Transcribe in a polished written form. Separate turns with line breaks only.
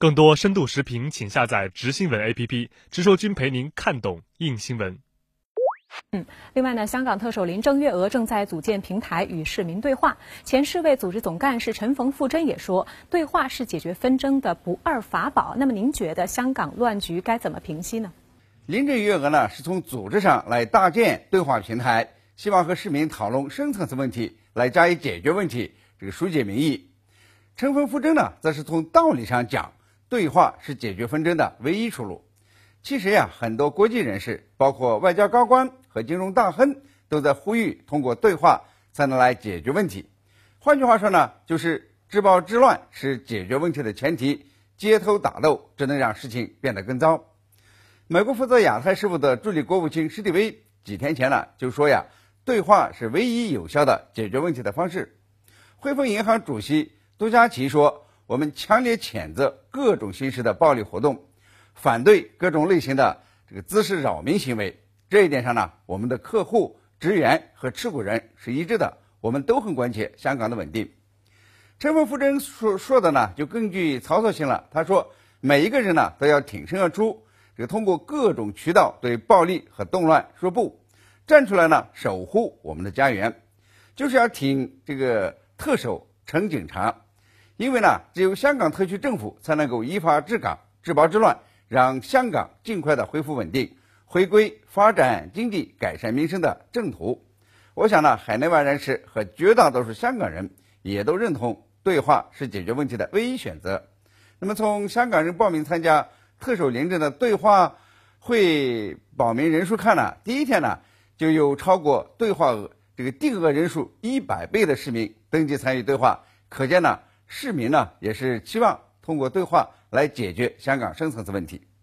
更多深度视频，请下载直新闻 APP， 直说君陪您看懂硬新闻。
另外呢，香港特首林郑月娥正在组建平台与市民对话。前世卫组织总干事陈冯富珍也说，对话是解决纷争的不二法宝。那么您觉得香港乱局该怎么平息呢？
林郑月娥呢是从组织上来搭建对话平台，希望和市民讨论深层次问题，来加以解决问题，疏解民意。陈冯富珍呢则是从道理上讲，对话是解决纷争的唯一出路。其实很多国际人士，包括外交高官和金融大亨，都在呼吁通过对话才能来解决问题。换句话说呢，就是治暴治乱是解决问题的前提，街头打斗只能让事情变得更糟。美国负责亚太事务的助理国务卿施蒂威几天前呢就说对话是唯一有效的解决问题的方式。汇丰银行主席杜嘉祺说，我们强烈谴责各种形式的暴力活动，反对各种类型的滋事扰民行为。这一点上呢，我们的客户、职员和持股人是一致的，我们都很关切香港的稳定。陈冯富珍说的呢就更具操作性了。他说，每一个人呢都要挺身而出，通过各种渠道对暴力和动乱说不，站出来呢守护我们的家园，就是要挺特首陈警察。因为呢，只有香港特区政府才能够依法治港、治暴治乱，让香港尽快的恢复稳定，回归发展经济、改善民生的正途。我想呢，海内外人士和绝大多数香港人也都认同对话是解决问题的唯一选择。那么从香港人报名参加特首林郑的对话会报名人数看呢，第一天呢就有超过对话定额人数100倍的市民登记参与对话，可见呢市民呢也是期望通过对话来解决香港深层次问题。